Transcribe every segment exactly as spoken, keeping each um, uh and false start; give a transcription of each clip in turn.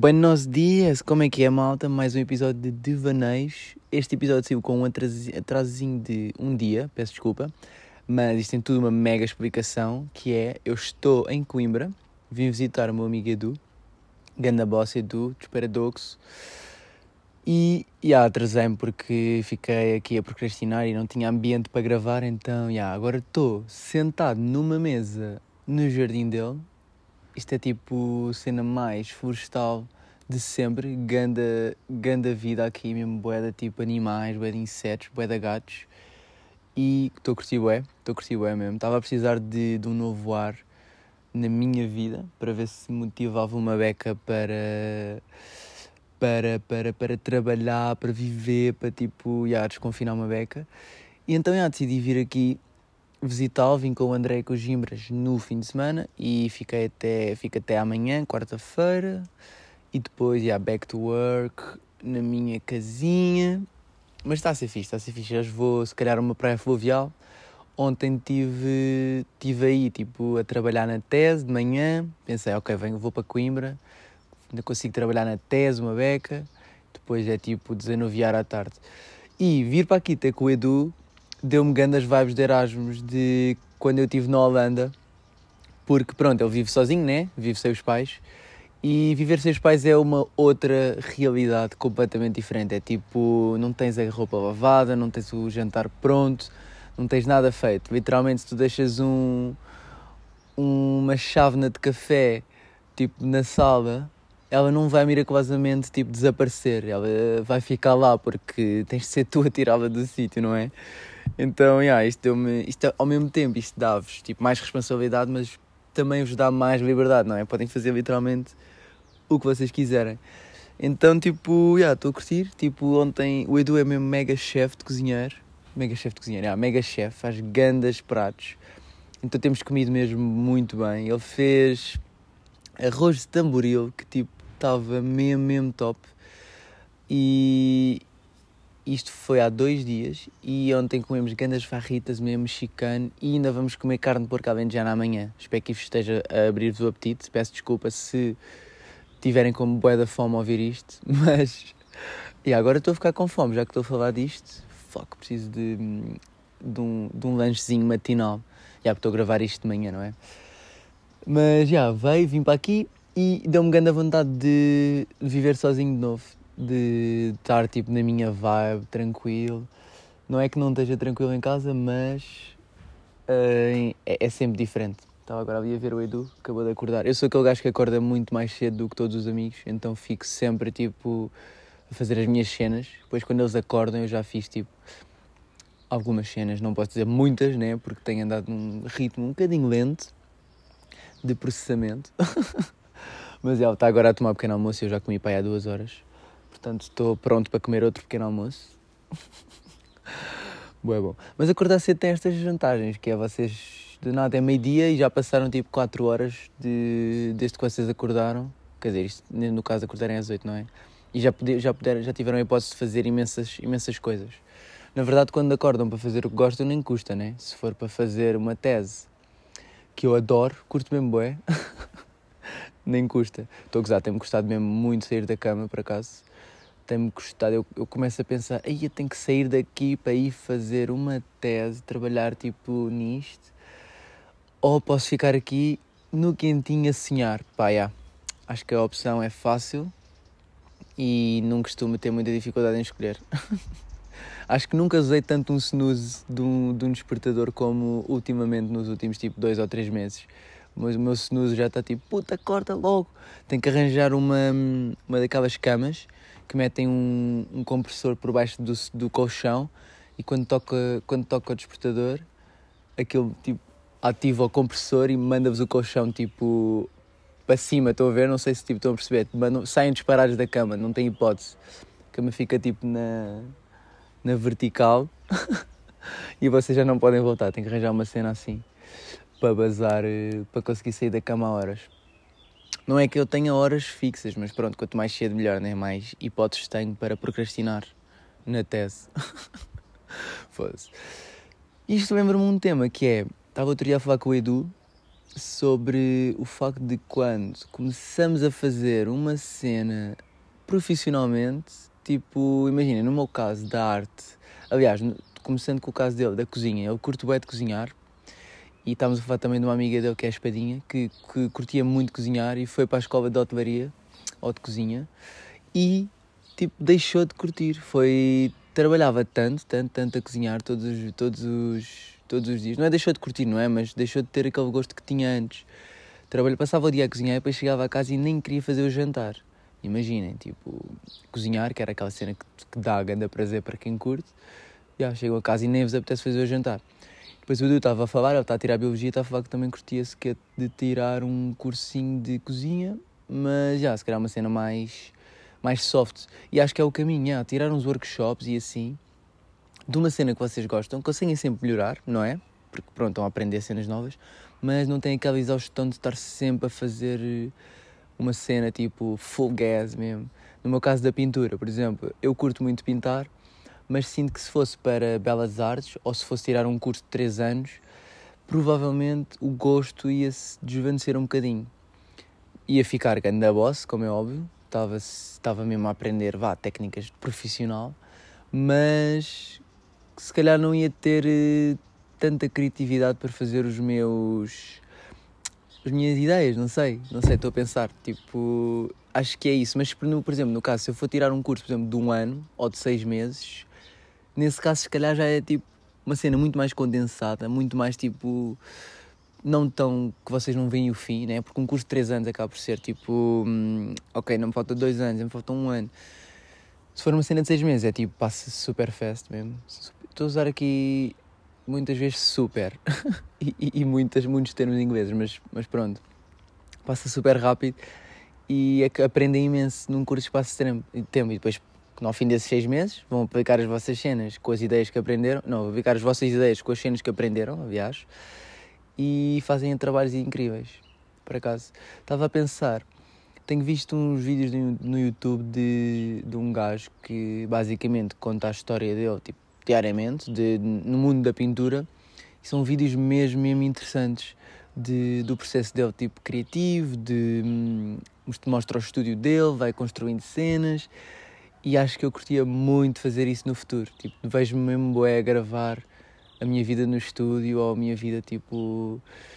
Buenos dias, como é que é, malta? Mais um episódio de Devaneios. Este episódio saiu com um atrasozinho de um dia, peço desculpa, mas isto tem tudo uma mega explicação, que é, eu estou em Coimbra, vim visitar o meu amigo Edu, ganda boss Edu, dos Paradoxo, e yeah, atrasei-me porque fiquei aqui a procrastinar e não tinha ambiente para gravar, então yeah, agora estou sentado numa mesa no jardim dele. Isto é tipo cena mais florestal de sempre, ganda, ganda vida aqui mesmo, bué de tipo animais, bué de insetos, bué de gatos. E estou a curtir bué, estou a curtir bué mesmo. Estava a precisar de, de um novo ar na minha vida, para ver se motivava uma beca para, para, para, para trabalhar, para viver, para tipo, já, desconfinar uma beca. E então já decidi vir aqui visitá-lo, vim com o André e com os Gimbras no fim de semana e fiquei até, fico até amanhã, quarta-feira, e depois, yeah, back to work, na minha casinha. Mas está a ser fixe, está a ser fixe. Hoje vou, se calhar, a uma praia fluvial. Ontem tive, tive aí, tipo, a trabalhar na tese de manhã. Pensei, ok, venho, vou para Coimbra, ainda consigo trabalhar na tese, uma beca. Depois é, tipo, desanuviar à tarde. E vir para aqui ter com o Edu deu-me grandes vibes de Erasmus de quando eu estive na Holanda, porque pronto, ele vive sozinho, né? Vive sem os pais, e viver sem os pais é uma outra realidade completamente diferente. É tipo, não tens a roupa lavada, não tens o jantar pronto, não tens nada feito. Literalmente, se tu deixas um, uma chávena de café tipo na sala, ela não vai miraculosamente tipo desaparecer, ela vai ficar lá porque tens de ser tu a tirá-la do sítio, não é? Então, yeah, isto deu-me, isto, ao mesmo tempo, isto dá-vos tipo, mais responsabilidade, mas também vos dá mais liberdade, não é? Podem fazer literalmente o que vocês quiserem. Então, tipo, yeah, estou a curtir. Tipo, ontem o Edu é mesmo mega chefe de cozinheiro. Mega chefe de cozinheiro, yeah, mega chefe, faz grandes pratos. Então temos comido mesmo muito bem. Ele fez arroz de tamboril, que tipo, estava mesmo, mesmo top. E isto foi há dois dias e ontem comemos grandes farritas mesmo mexicano e ainda vamos comer carne de porco alentejana amanhã. Espero que isto esteja a abrir-vos o apetite. Peço desculpa se tiverem como bué da fome a ouvir isto, mas e agora estou a ficar com fome, já que estou a falar disto. Fuck, preciso de, de, um, de um lanchezinho matinal. Já que estou a gravar isto de manhã, não é? Mas já, veio, vim para aqui e deu-me grande vontade de viver sozinho de novo. De estar tipo na minha vibe, tranquilo. Não é que não esteja tranquilo em casa, mas uh, é, é sempre diferente. Estava agora ali a ver o Edu, acabou de acordar. Eu sou aquele gajo que acorda muito mais cedo do que todos os amigos, então fico sempre tipo a fazer as minhas cenas. Depois quando eles acordam eu já fiz tipo algumas cenas, não posso dizer muitas, né? Porque tenho andado num ritmo um bocadinho lento de processamento. Mas ele está agora a tomar pequeno almoço e eu já comi para aí há duas horas. Portanto, estou pronto para comer outro pequeno almoço. Boa, bom. Mas acordar cedo tem estas vantagens, que é vocês, de nada, é meio-dia e já passaram tipo quatro horas de, desde que vocês acordaram. Quer dizer, isto, no caso, acordarem às oito, não é? E já, poder, já, puder, já tiveram a hipótese de fazer imensas, imensas coisas. Na verdade, quando acordam para fazer o que gostam, nem custa, né? Se for para fazer uma tese, que eu adoro, curto mesmo bué, nem custa. Estou a gozar, tem-me custado mesmo muito sair da cama, por acaso. Tem-me custado, eu, eu começo a pensar, aí eu tenho que sair daqui para ir fazer uma tese, trabalhar tipo nisto, ou posso ficar aqui no quentinho a sonhar. Pá, já, acho que a opção é fácil e não costumo ter muita dificuldade em escolher. Acho que nunca usei tanto um snooze de um, de um despertador como ultimamente nos últimos tipo dois ou três meses. Mas o meu snooze já está tipo, puta, corta logo. Tenho que arranjar uma, uma daquelas camas que metem um, um compressor por baixo do, do colchão e quando toca, quando toca o despertador, aquilo tipo ativa o compressor e manda-vos o colchão tipo para cima, estão a ver? Não sei se tipo, estão a perceber, mandam, saem disparados da cama, não tem hipótese. A cama fica tipo na, na vertical e vocês já não podem voltar, tem que arranjar uma cena assim para bazar, para conseguir sair da cama a horas. Não é que eu tenha horas fixas, mas pronto, quanto mais cedo melhor, né? Mais hipóteses tenho para procrastinar na tese. Foda-se. Isto lembra-me um tema que é, estava outro dia a falar com o Edu sobre o facto de quando começamos a fazer uma cena profissionalmente, tipo, imagina, no meu caso da arte, aliás, começando com o caso dele, da cozinha, ele curte bem de cozinhar, e estávamos a falar também de uma amiga dele que é a Espadinha, que, que curtia muito cozinhar e foi para a escola de hotelaria, ou de cozinha, e tipo, deixou de curtir, foi, trabalhava tanto, tanto, tanto a cozinhar todos, todos, os, todos os dias, não é deixou de curtir, não é, mas deixou de ter aquele gosto que tinha antes. Trabalho, passava o dia a cozinhar e depois chegava a casa e nem queria fazer o jantar. Imaginem, tipo, cozinhar, que era aquela cena que, que dá grande prazer para quem curte, já chegam a casa e nem vos apetece fazer o jantar. Depois o Edu estava a falar, ele está a tirar a biologia, está a falar que também curtia-se que é de tirar um cursinho de cozinha, mas já, se calhar uma cena mais, mais soft. E acho que é o caminho, já, tirar uns workshops e assim, de uma cena que vocês gostam, conseguem sempre melhorar, não é? Porque pronto, estão a aprender cenas novas, mas não têm aquela exaustão de estar sempre a fazer uma cena tipo full gas mesmo. No meu caso da pintura, por exemplo, eu curto muito pintar, mas sinto que se fosse para Belas Artes, ou se fosse tirar um curso de três anos, provavelmente o gosto ia-se desvanecer um bocadinho. Ia ficar ganda boss, como é óbvio, estava, estava mesmo a aprender, vá, técnicas de profissional, mas se calhar não ia ter uh, tanta criatividade para fazer os meus... as minhas ideias, não sei, não sei, estou a pensar, tipo, acho que é isso, mas por exemplo, no caso, se eu for tirar um curso, por exemplo, de um ano, ou de seis meses, nesse caso, se calhar já é tipo uma cena muito mais condensada, muito mais tipo, não tão que vocês não veem o fim, né? Porque um curso de três anos acaba por ser tipo, hum, ok, não me falta dois anos, não me falta um ano. Se for uma cena de seis meses, é tipo, passa super fast mesmo. Estou a usar aqui muitas vezes super e, e, e muitas, muitos termos ingleses, mas, mas pronto, passa super rápido e é que aprendem imenso num curto espaço de tempo e depois, ao fim desses seis meses, vão aplicar as vossas cenas com as ideias que aprenderam, não, vão aplicar as vossas ideias com as cenas que aprenderam, aliás, e fazem trabalhos incríveis. Por acaso, estava a pensar, tenho visto uns vídeos no, no YouTube de, de um gajo que basicamente conta a história dele, tipo, diariamente, de, no mundo da pintura, e são vídeos mesmo, mesmo interessantes de, do processo dele, tipo, criativo, de, hum, mostra o estúdio dele, vai construindo cenas. E acho que eu curtia muito fazer isso no futuro. Tipo, vejo-me mesmo bué a gravar a minha vida no estúdio ou a minha vida, tipo,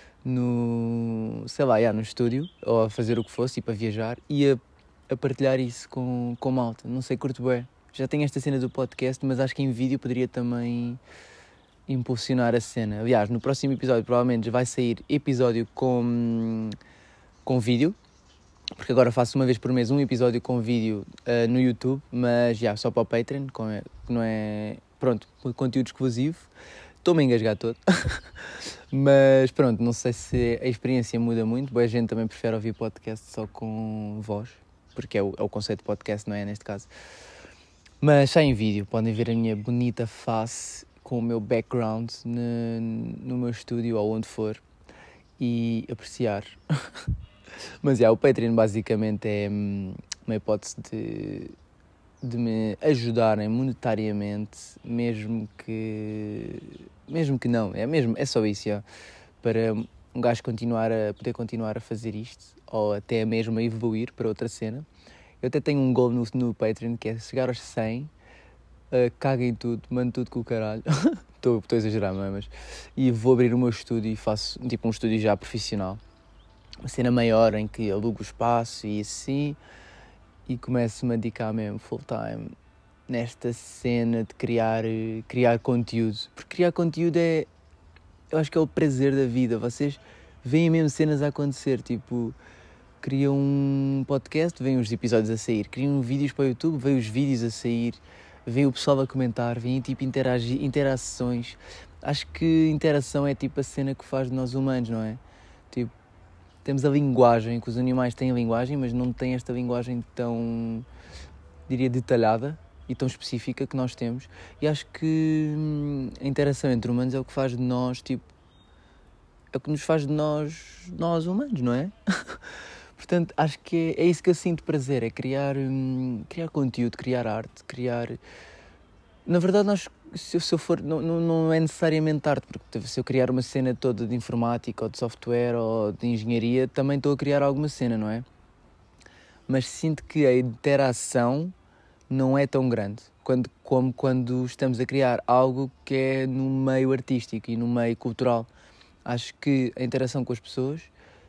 no... sei lá, já, no estúdio, ou a fazer o que fosse, tipo, a viajar e a, a partilhar isso com, com malta. Não sei, curto bué. Já tenho esta cena do podcast, mas acho que em vídeo poderia também impulsionar a cena. Aliás, no próximo episódio provavelmente vai sair episódio com, com vídeo. Porque agora faço uma vez por mês um episódio com vídeo uh, no YouTube, mas já, só para o Patreon, com, que não é, pronto, conteúdo exclusivo. Estou-me a engasgar todo. Mas pronto, não sei se a experiência muda muito. Boa gente também prefere ouvir podcast só com voz, porque é o, é o conceito de podcast, não é, neste caso. Mas sai em vídeo, podem ver a minha bonita face com o meu background no, no meu estúdio ou onde for e apreciar. Mas, yeah, o Patreon basicamente é uma hipótese de, de me ajudarem monetariamente, mesmo que, mesmo que não, é, mesmo, é só isso, yeah, para um gajo continuar a, poder continuar a fazer isto, ou até mesmo a evoluir para outra cena. Eu até tenho um goal no, no Patreon, que é chegar aos cem, uh, caguem tudo, mando tudo com o caralho, estou a exagerar, não é? Mas, e vou abrir o meu estúdio e faço tipo um estúdio já profissional. Uma cena maior em que alugo o espaço e assim, e começo-me a dedicar mesmo full time nesta cena de criar, criar conteúdo. Porque criar conteúdo é, eu acho que é o prazer da vida. Vocês veem mesmo cenas a acontecer, tipo, criam um podcast, veem os episódios a sair, criam vídeos para o YouTube, veem os vídeos a sair, veem o pessoal a comentar, veem tipo interagir, interações. Acho que interação é tipo a cena que faz de nós humanos, não é? Tipo, temos a linguagem, que os animais têm a linguagem, mas não têm esta linguagem tão, diria, detalhada e tão específica que nós temos. E acho que hum, a interação entre humanos é o que faz de nós, tipo, é o que nos faz de nós, nós humanos, não é? Portanto, acho que é, é isso que eu sinto prazer, é criar, hum, criar conteúdo, criar arte, criar... Na verdade, nós, se, eu, se eu for, não, não, não é necessariamente arte, porque se eu criar uma cena toda de informática, ou de software, ou de engenharia, também estou a criar alguma cena, não é? Mas sinto que a interação não é tão grande quando, como quando estamos a criar algo que é no meio artístico e no meio cultural. Acho que a interação com as pessoas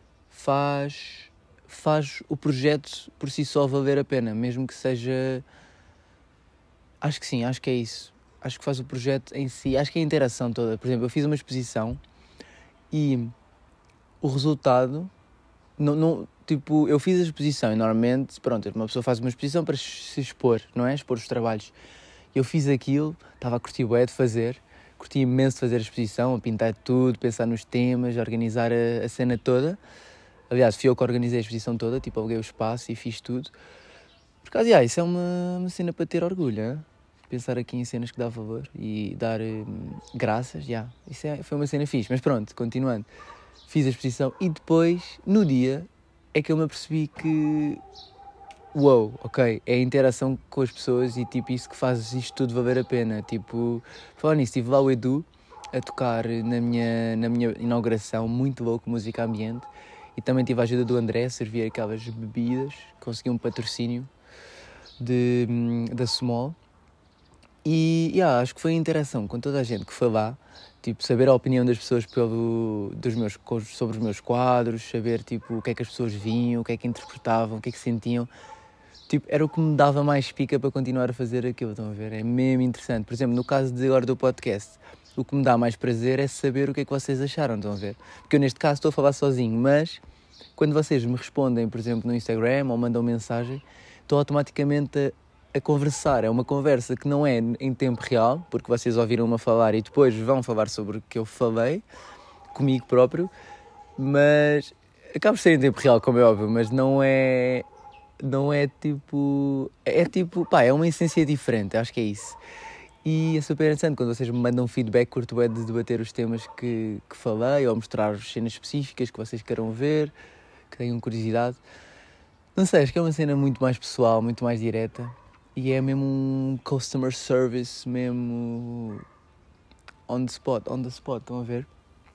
faz, faz o projeto por si só valer a pena, mesmo que seja... Acho que sim, acho que é isso. Acho que faz o projeto em si, acho que é a interação toda. Por exemplo, eu fiz uma exposição e o resultado... Não, não, tipo, eu fiz a exposição e normalmente, pronto, uma pessoa faz uma exposição para se expor, não é? Expor os trabalhos. Eu fiz aquilo, estava a curtir bué de fazer, curti imenso de fazer a exposição, a pintar tudo, pensar nos temas, a organizar a, a cena toda. Aliás, fui eu que organizei a exposição toda, tipo, aluguei o espaço e fiz tudo. Por causa, ah, isso é uma, uma cena para ter orgulho, hein? Pensar aqui em cenas que dá valor e dar hum, graças, já. Yeah. Isso é, foi uma cena fixe, mas pronto, continuando. Fiz a exposição e depois, no dia, é que eu me apercebi que... Uou, wow, ok, é a interação com as pessoas e tipo isso que faz isto tudo valer a pena. Tipo, falar nisso, estive lá o Edu a tocar na minha, na minha inauguração, muito louco, música ambiente. E também tive a ajuda do André a servir aquelas bebidas, consegui um patrocínio de, da Small. E yeah, acho que foi a interação com toda a gente que foi lá. Tipo, saber a opinião das pessoas pelo, dos meus, sobre os meus quadros, saber tipo, o que é que as pessoas vinham, o que é que interpretavam, o que é que sentiam. Tipo, era o que me dava mais pica para continuar a fazer aquilo, estão a ver? É mesmo interessante. Por exemplo, no caso de agora do podcast, o que me dá mais prazer é saber o que é que vocês acharam, estão a ver? Porque eu neste caso estou a falar sozinho, mas quando vocês me respondem, por exemplo, no Instagram ou mandam mensagem, estou automaticamente a, a conversar. É uma conversa que não é em tempo real, porque vocês ouviram-me a falar e depois vão falar sobre o que eu falei, comigo próprio, mas acaba de ser em tempo real, como é óbvio, mas não é... Não é tipo... É tipo... Pá, é uma essência diferente, acho que é isso. E é super interessante quando vocês me mandam feedback, curto é de debater os temas que, que falei, ou mostrar as cenas específicas que vocês queiram ver, que tenham curiosidade. Não sei, acho que é uma cena muito mais pessoal, muito mais direta. E é mesmo um customer service, mesmo... On the spot, on the spot, estão a ver?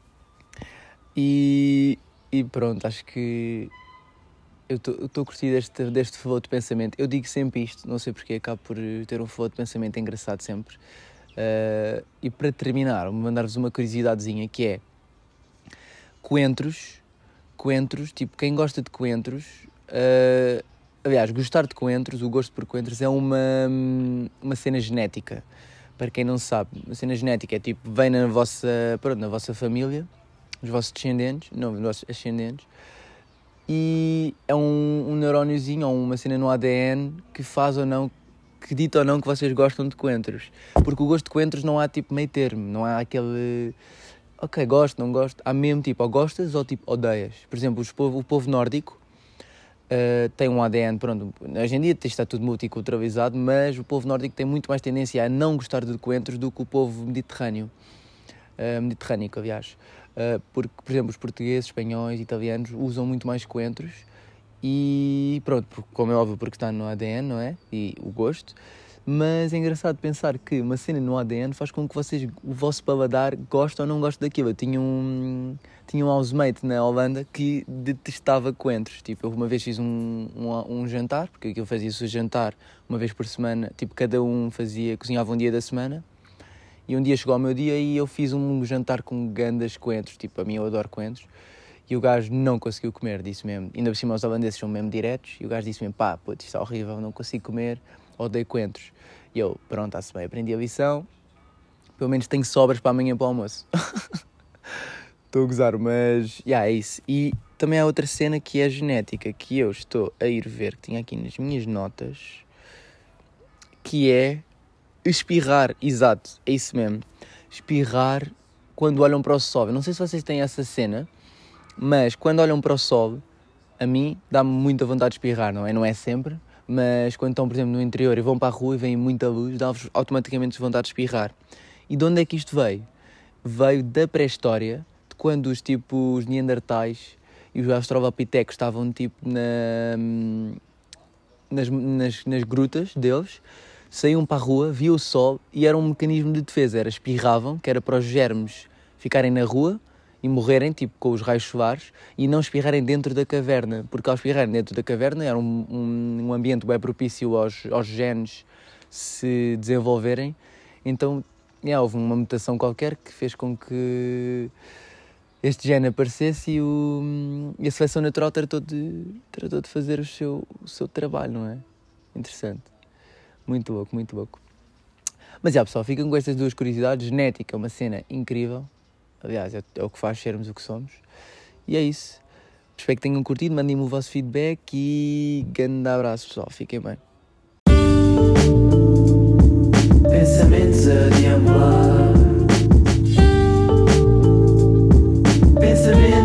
E, e pronto, acho que... Eu estou a curtir deste, deste flow de pensamento. Eu digo sempre isto, não sei porque, acabo por ter um flow de pensamento engraçado sempre. Uh, e para terminar, vou mandar-vos uma curiosidadezinha, que é... Coentros, coentros, tipo, quem gosta de coentros... Uh, aliás, gostar de coentros, o gosto por coentros é uma, uma cena genética. Para quem não sabe, uma cena genética é tipo, vem na vossa, pronto, na vossa família, os vossos descendentes, não, os vossos ascendentes, e é um, um neuróniozinho ou uma cena no A D N que faz ou não, que dita ou não que vocês gostam de coentros. Porque o gosto de coentros não há tipo meio termo, não há aquele... Ok, gosto, não gosto. Há mesmo tipo, ou gostas ou tipo odeias. Por exemplo, os povo, o povo nórdico uh, tem um A D N, pronto, hoje em dia está tudo multiculturalizado, mas o povo nórdico tem muito mais tendência a não gostar de coentros do que o povo mediterrâneo. Uh, mediterrâneo, aliás. Uh, porque, por exemplo, os portugueses, espanhóis, italianos usam muito mais coentros e pronto, porque, como é óbvio, porque está no A D N, não é? E o gosto. Mas é engraçado pensar que uma cena no A D N faz com que vocês, o vosso paladar goste ou não goste daquilo. Eu tinha um, tinha um housemate na Holanda que detestava coentros. Tipo, eu uma vez fiz um, um, um jantar, porque aquilo fazia-se o jantar uma vez por semana. Tipo, cada um fazia, cozinhava um dia da semana. E um dia chegou ao meu dia e eu fiz um jantar com grandes coentros. Tipo, a mim eu adoro coentros. E o gajo não conseguiu comer, disse mesmo. Ainda por cima os holandeses são mesmo diretos. E o gajo disse mesmo, pá, putz, isto é horrível, não consigo comer. Odeio coentros. E eu, pronto, está-se bem, aprendi a lição. Pelo menos tenho sobras para amanhã para o almoço. Estou a gozar, mas... Já, yeah, é isso. E também há outra cena que é genética, que eu estou a ir ver, que tinha aqui nas minhas notas, que é espirrar. Exato, é isso mesmo. Espirrar quando olham para o sol. Eu não sei se vocês têm essa cena, mas quando olham para o sol, a mim dá-me muita vontade de espirrar, não é? Não é sempre... Mas quando estão, por exemplo, no interior e vão para a rua e vem muita luz, dá-vos automaticamente vontade de espirrar. E de onde é que isto veio? Veio da pré-história, de quando os, tipo, os neandertais e os australopitecos estavam tipo, na, nas, nas, nas grutas deles, saíam para a rua, via o sol e era um mecanismo de defesa. Era espirravam, que era para os germes ficarem na rua e morrerem, tipo com os raios solares, e não espirrarem dentro da caverna, porque ao espirrarem dentro da caverna era um, um, um ambiente bem propício aos, aos genes se desenvolverem. Então yeah, houve uma mutação qualquer que fez com que este gene aparecesse e, o, e a seleção natural tratou de, tratou de fazer o seu, o seu trabalho, não é? Interessante. Muito louco, muito louco. Mas já, pessoal, ficam com estas duas curiosidades. Genética é uma cena incrível. Aliás, é, é o que faz sermos o que somos. E é isso. Espero que tenham curtido. Mandem-me o vosso feedback e grande abraço, pessoal. Fiquem bem. Pensamentos a deambular. Pensamentos